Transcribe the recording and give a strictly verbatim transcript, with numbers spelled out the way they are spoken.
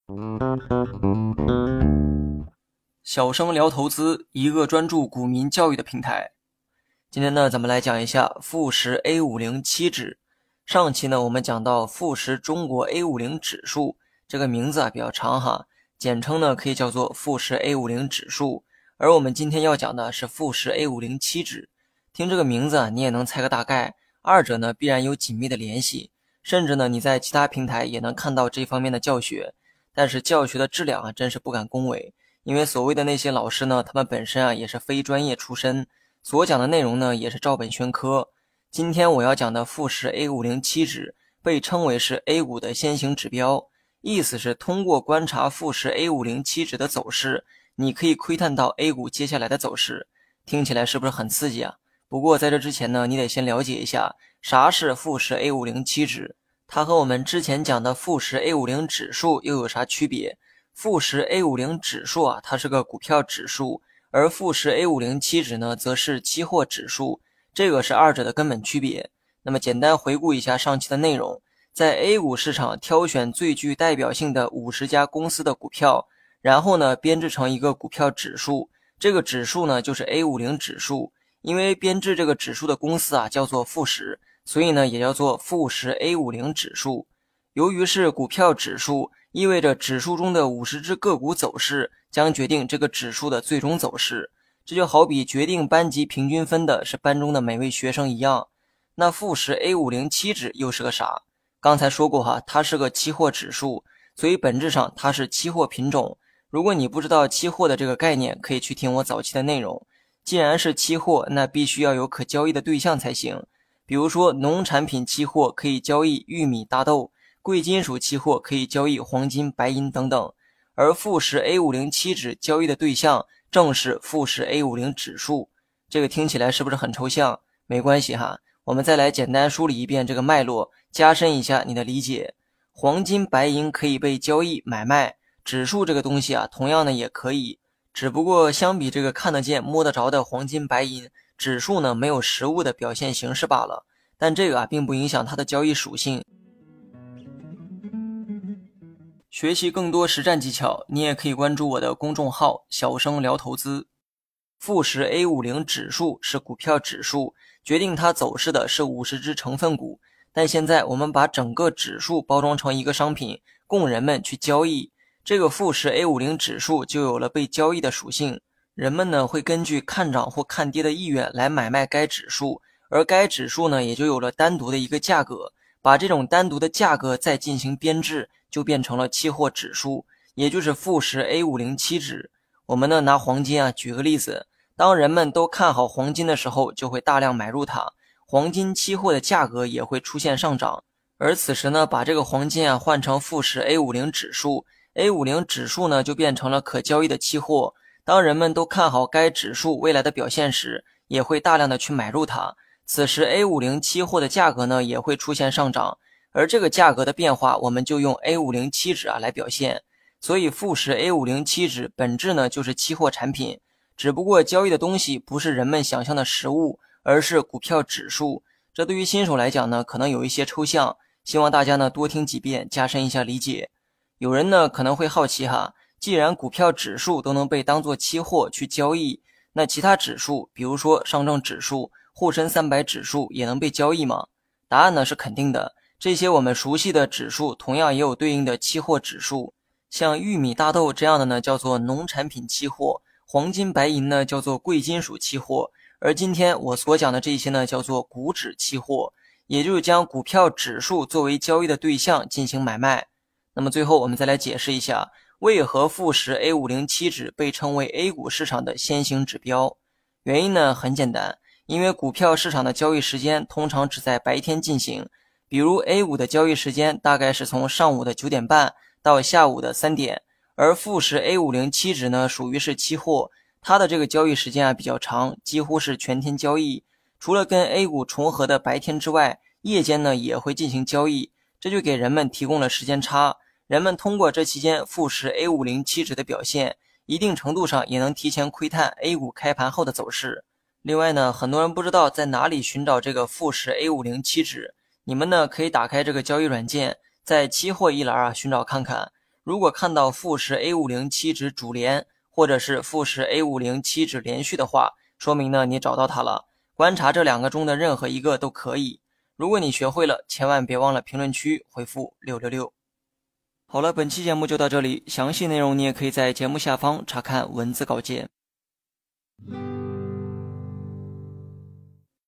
小生聊投资，一个专注股民教育的平台。今天呢，咱们来讲一下富时 A 五十 期指。上期呢，我们讲到富时中国 A 五十 指数，这个名字啊比较长哈，简称呢可以叫做富时 A 五十 指数。而我们今天要讲的是富时 A 五十 期指。听这个名字啊，你也能猜个大概，二者呢必然有紧密的联系，甚至呢你在其他平台也能看到这方面的教学。但是教学的质量啊，真是不敢恭维。因为所谓的那些老师呢，他们本身啊也是非专业出身，所讲的内容呢也是照本宣科。今天我要讲的富时 A 五十 期指被称为是 A 股的先行指标，意思是通过观察富时 A 五十 期指的走势，你可以窥探到 A 股接下来的走势。听起来是不是很刺激啊？不过在这之前呢，你得先了解一下啥是富时 A 五十 期指，它和我们之前讲的富时 A 五十 指数又有啥区别？富时 A 五十 指数啊，它是个股票指数，而富时 A 五十 期指呢，则是期货指数，这个是二者的根本区别。那么简单回顾一下上期的内容，在 A 股市场挑选最具代表性的五十家公司的股票，然后呢编制成一个股票指数，这个指数呢就是 A 五十 指数。因为编制这个指数的公司啊叫做富时，所以呢也叫做富时 A 五十 指数。由于是股票指数，意味着指数中的五十只个股走势将决定这个指数的最终走势，这就好比决定班级平均分的是班中的每位学生一样。那富时 A 五十 期指又是个啥？刚才说过哈，它是个期货指数，所以本质上它是期货品种。如果你不知道期货的这个概念，可以去听我早期的内容。既然是期货，那必须要有可交易的对象才行。比如说农产品期货可以交易玉米、大豆，贵金属期货可以交易黄金、白银等等，而富时 A 五十 期指交易的对象正是富时 A 五十 指数。这个听起来是不是很抽象？没关系哈，我们再来简单梳理一遍这个脉络，加深一下你的理解。黄金、白银可以被交易买卖，指数这个东西啊，同样的也可以，只不过相比这个看得见摸得着的黄金、白银，指数呢没有实物的表现形式罢了，但这个啊并不影响它的交易属性。学习更多实战技巧，你也可以关注我的公众号小生聊投资。富时 A 五十 指数是股票指数，决定它走势的是五十只成分股，但现在我们把整个指数包装成一个商品，供人们去交易，这个富时 A 五十 指数就有了被交易的属性。人们呢会根据看涨或看跌的意愿来买卖该指数，而该指数呢也就有了单独的一个价格，把这种单独的价格再进行编制，就变成了期货指数，也就是富时 A 五十 期指。我们呢拿黄金啊举个例子，当人们都看好黄金的时候，就会大量买入它，黄金期货的价格也会出现上涨。而此时呢把这个黄金啊换成富时 A 五十 指数， A 五十 指数呢就变成了可交易的期货，当人们都看好该指数未来的表现时，也会大量的去买入它，此时 A 五十 期货的价格呢也会出现上涨，而这个价格的变化我们就用 A 五十 期指啊来表现。所以富时 A 五十 期指本质呢就是期货产品，只不过交易的东西不是人们想象的实物，而是股票指数。这对于新手来讲呢可能有一些抽象，希望大家呢多听几遍，加深一下理解。有人呢可能会好奇哈，既然股票指数都能被当作期货去交易，那其他指数比如说上证指数、沪深三百指数也能被交易吗？答案呢是肯定的，这些我们熟悉的指数同样也有对应的期货指数，像玉米、大豆这样的呢叫做农产品期货，黄金、白银呢叫做贵金属期货，而今天我所讲的这些呢叫做股指期货，也就是将股票指数作为交易的对象进行买卖。那么最后我们再来解释一下，为何富时 A 五十 期指被称为 A 股市场的先行指标？原因呢很简单，因为股票市场的交易时间通常只在白天进行，比如 A 股的交易时间大概是从上午的九点半到下午的三点，而富时 A 五十 期指呢属于是期货，它的这个交易时间啊比较长，几乎是全天交易，除了跟 A 股重合的白天之外，夜间呢也会进行交易，这就给人们提供了时间差。人们通过这期间富时 A 五十 期指的表现，一定程度上也能提前窥探 A 股开盘后的走势。另外呢，很多人不知道在哪里寻找这个富时 A 五十 期指，你们呢可以打开这个交易软件，在期货一栏啊寻找看看。 如果看到富时 A 五十 期指主连，或者是富时 A 五十 期指连续的话，说明呢你找到它了。观察这两个中的任何一个都可以。如果你学会了，千万别忘了评论区回复六六六。好了，本期节目就到这里，详细内容你也可以在节目下方查看文字稿件。